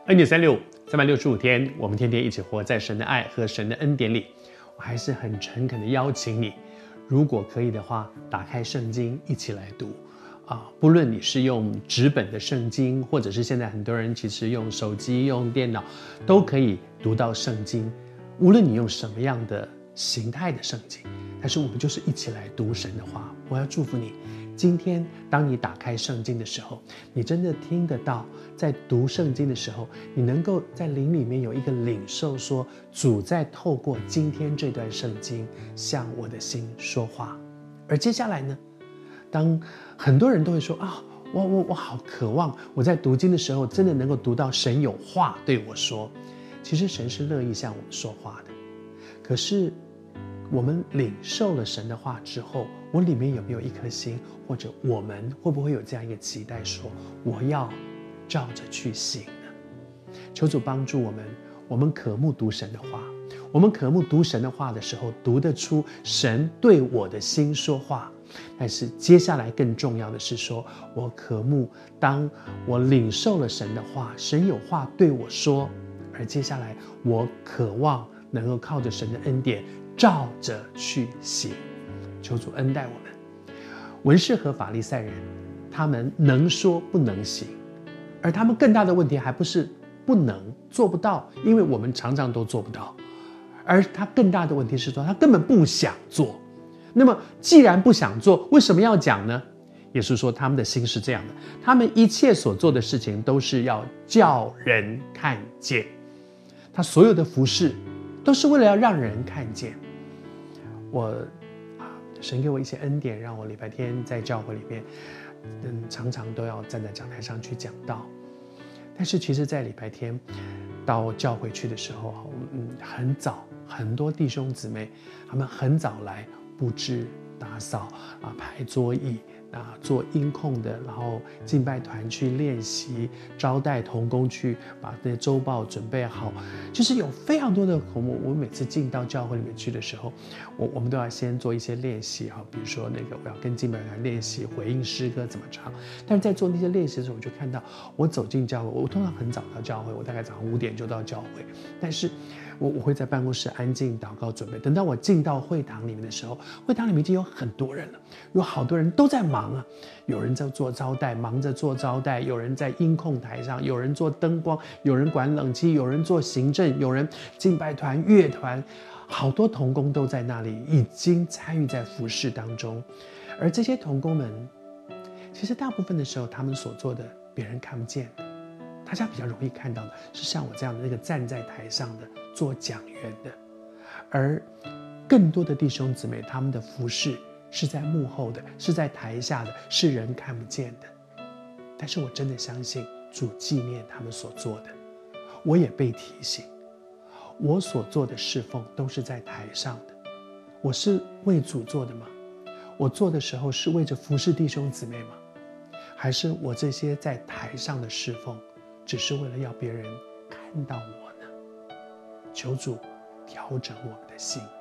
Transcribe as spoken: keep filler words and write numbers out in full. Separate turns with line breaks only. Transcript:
恩典三六五，三百六十五天，我们天天一起活在神的爱和神的恩典里。我还是很诚恳的邀请你，如果可以的话，打开圣经一起来读啊！不论你是用纸本的圣经，或者是现在很多人其实用手机、用电脑，都可以读到圣经。无论你用什么样的形态的圣经，但是我们就是一起来读神的话。我要祝福你，今天当你打开圣经的时候，你真的听得到，在读圣经的时候，你能够在灵里面有一个领受，说主在透过今天这段圣经向我的心说话。而接下来呢，当很多人都会说啊，我我我好渴望我在读经的时候真的能够读到神有话对我说。其实神是乐意向我们说话的，可是我们领受了神的话之后，我里面有没有一颗心，或者我们会不会有这样一个期待，说我要照着去行呢？求主帮助我们，我们渴慕读神的话，我们渴慕读神的话的时候，读得出神对我的心说话。但是接下来更重要的是说，我渴慕当我领受了神的话，神有话对我说，而接下来我渴望能够靠着神的恩典照着去行。求主恩待我们。文士和法利赛人，他们能说不能行，而他们更大的问题还不是不能做不到，因为我们常常都做不到，而他更大的问题是说他根本不想做。那么既然不想做，为什么要讲呢？也是说他们的心是这样的，他们一切所做的事情都是要叫人看见，他所有的服事都是为了要让人看见。我神给我一些恩典，让我礼拜天在教会里面嗯，常常都要站在讲台上去讲道。但是其实在礼拜天到教会去的时候，嗯，很早，很多弟兄姊妹他们很早来布置打扫啊，排桌椅啊，做音控的，然后敬拜团去练习，招待同工去把那周报准备好，就是有非常多的。我我每次进到教会里面去的时候，我我们都要先做一些练习哈，比如说那个我要跟敬拜团练习回应诗歌怎么唱。但是在做那些练习的时候，我就看到我走进教会，我通常很早到教会，我大概早上五点就到教会，但是我我会在办公室安静祷告准备。等到我进到会堂里面的时候，会堂里面已经有很多人了，有好多人都在忙啊，有人在做招待，忙着做招待，有人在音控台上，有人做灯光，有人管冷气，有人做行政，有人敬拜团乐团，好多同工都在那里已经参与在服事当中。而这些同工们其实大部分的时候他们所做的别人看不见的，大家比较容易看到的是像我这样的那个站在台上的做讲员的，而更多的弟兄姊妹他们的服事是在幕后的，是在台下的，是人看不见的。但是我真的相信主纪念他们所做的。我也被提醒，我所做的侍奉都是在台上的。我是为主做的吗？我做的时候是为着服侍弟兄姊妹吗？还是我这些在台上的侍奉只是为了要别人看到我呢？求主调整我们的心。